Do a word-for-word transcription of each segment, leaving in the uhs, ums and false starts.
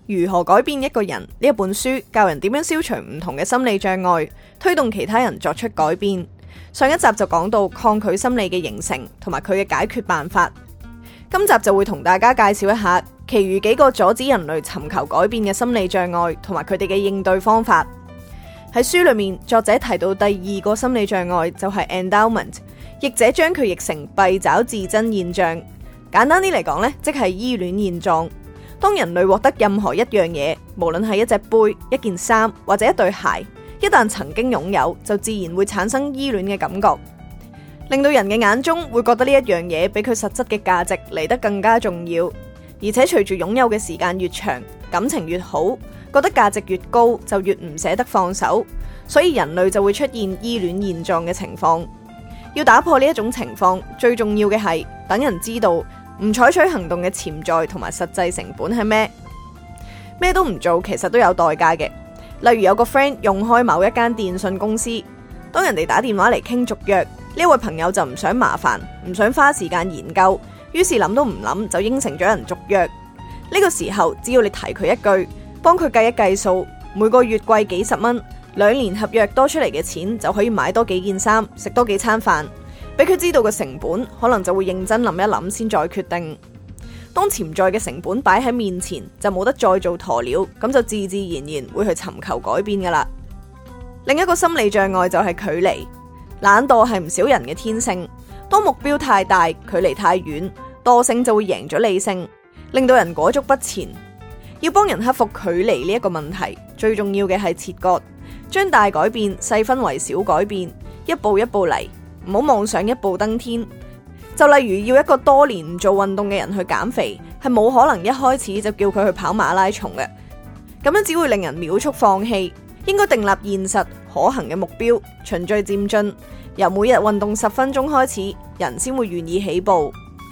如何改變一個人呢一本書教人點樣消除唔同嘅心理障礙，推動其他人作出改變。上一集就講到抗拒心理嘅形成同埋佢嘅解決辦法，今集就會同大家介紹一下其餘幾個阻止人類尋求改變嘅心理障礙同埋佢哋嘅應對方法。喺書裏面，作者提到第二個心理障礙就係 endowment， 譯者將佢譯成閉找自珍現象。簡單啲嚟講呢，即係依戀現狀。當人類獲得任何一樣嘢，無論係一隻杯、一件衫或者一對鞋，一旦曾經擁有，就自然會產生依戀嘅感覺，令到人嘅眼中會覺得呢一樣嘢比佢實質嘅價值嚟得更加重要。而且隨住擁有嘅時間越長，感情越好，覺得價值越高，就越唔捨得放手，所以人類就會出現依戀現狀嘅情況。要打破呢一種情況，最重要嘅係等人知道唔採取行動嘅潛在同埋實際成本係咩？咩都唔做其實都有代價嘅。例如有個 friend 用開某一間電信公司，當人哋打電話嚟傾續約，呢位朋友就唔想麻煩，唔想花時間研究，於是諗都唔諗就應承咗人續約。呢個時候只要你提佢一句，幫佢計一計數，每個月貴幾十蚊，兩年合約多出嚟嘅錢就可以買多幾件衫，食多幾餐飯，俾佢知道個成本，可能就會認真諗一諗先再決定。當潛在嘅成本擺喺面前，就冇得再做鴕鳥，咁就自自然然會去尋求改變噶啦。另一個心理障礙就係距離，懶惰係唔少人嘅天性。當目標太大，距離太遠，惰性就會贏咗理性，令到人裹足不前。要幫人克服距離呢一個問題，最重要嘅係切割，將大改變細分為小改變，一步一步嚟，唔好妄想一步登天。就例如要一個多年唔做運動嘅人去減肥，係冇可能一開始就叫佢去跑馬拉松嘅，咁樣只會令人秒速放棄。應該訂立現實可行嘅目標，循序漸進，由每日運動十分鐘開始，人先會願意起步。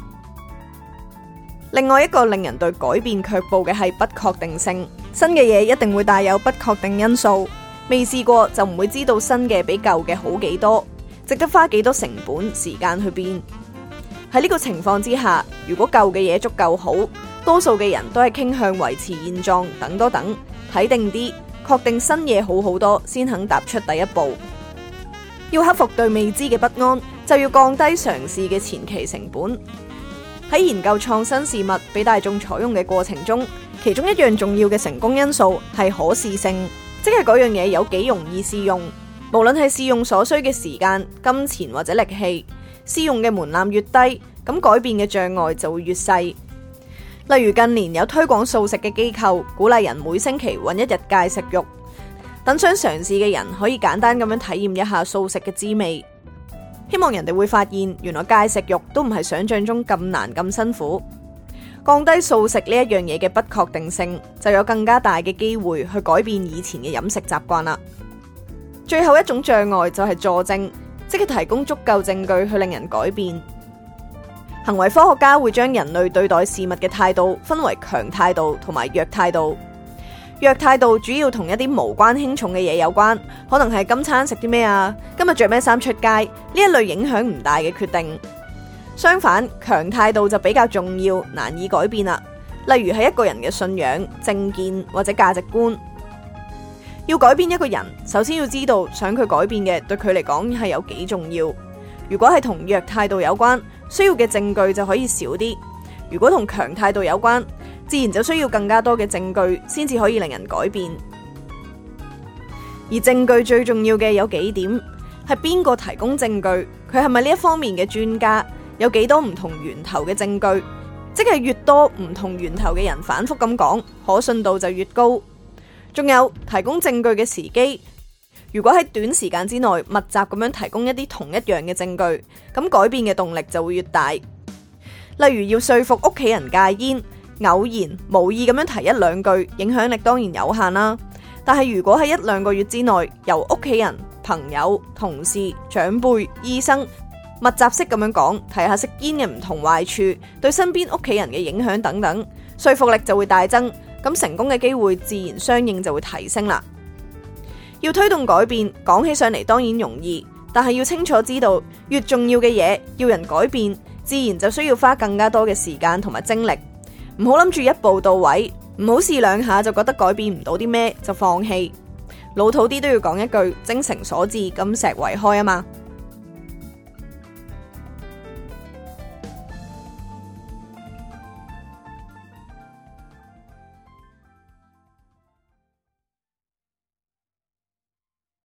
另外一個令人對改變卻步嘅係不確定性，新嘅嘢一定會帶有不確定因素，未試過就唔會知道新嘅比舊嘅好幾多，值得花幾多成本時間去變。喺呢個情況之下，如果舊嘅嘢足夠好，多數嘅人都係傾向維持現狀，等多等，睇定啲，確定新嘢好好多，先肯踏出第一步。要克服對未知嘅不安，就要降低嘗試嘅前期成本。喺研究創新事物俾大眾採用嘅過程中，其中一樣重要嘅成功因素係可試性，即係嗰樣嘢有幾容易試用。無論係試用所需嘅時間、金錢或者力氣，試用嘅門檻越低，咁改變嘅障礙就會越細。例如近年有推廣素食嘅機構，鼓勵人每星期揾一日戒食肉，等想嘗試嘅人可以簡單咁樣體驗一下素食嘅滋味。希望人哋會發現，原來戒食肉都唔係想象中咁難咁辛苦。降低素食呢一樣嘢嘅不確定性，就有更加大嘅機會去改變以前嘅飲食習慣啦。最後一種障礙就係佐證，即係提供足夠證據去令人改變。行為科學家會將人類對待事物嘅態度分為強態度同埋弱態度。弱態度主要同一啲無關輕重嘅嘢有關，可能係今餐食啲咩啊，今日着咩衫出街，呢一類影響唔大嘅決定。相反，強態度就比較重要，難以改變啦。例如係一個人嘅信仰、政見或者價值觀。要改變一個人，首先要知道想佢改變嘅對佢嚟講係有幾重要。如果係同弱態度有關，需要嘅證據就可以少啲；如果同強態度有關，自然就需要更加多嘅證據先至可以令人改變。而證據最重要嘅有幾點，係邊個提供證據，佢係咪呢一方面嘅專家，有幾多唔同源頭嘅證據，即係越多唔同源頭嘅人反覆咁講，可信度就越高。仲有提供證據嘅時機，如果喺短時間之內密集咁樣提供一啲同一樣嘅證據，咁改變嘅動力就會越大。例如要說服屋企人戒煙，偶然無意咁樣提一兩句，影響力當然有限啦。但係如果喺一兩個月之內，由屋企人、朋友、同事、長輩、醫生密集式咁樣講，提下食煙嘅唔同壞處，對身邊屋企人嘅影響等等，說服力就會大增，咁成功嘅機會自然相應就會提升啦。要推動改變，講起上嚟當然容易，但係要清楚知道，越重要嘅嘢要人改變，自然就需要花更加多嘅時間同埋精力。唔好諗住一步到位， 唔好試兩下就覺得改變唔到啲咩就放棄。老土啲都要講一句，精誠所至，金石為開啊嘛。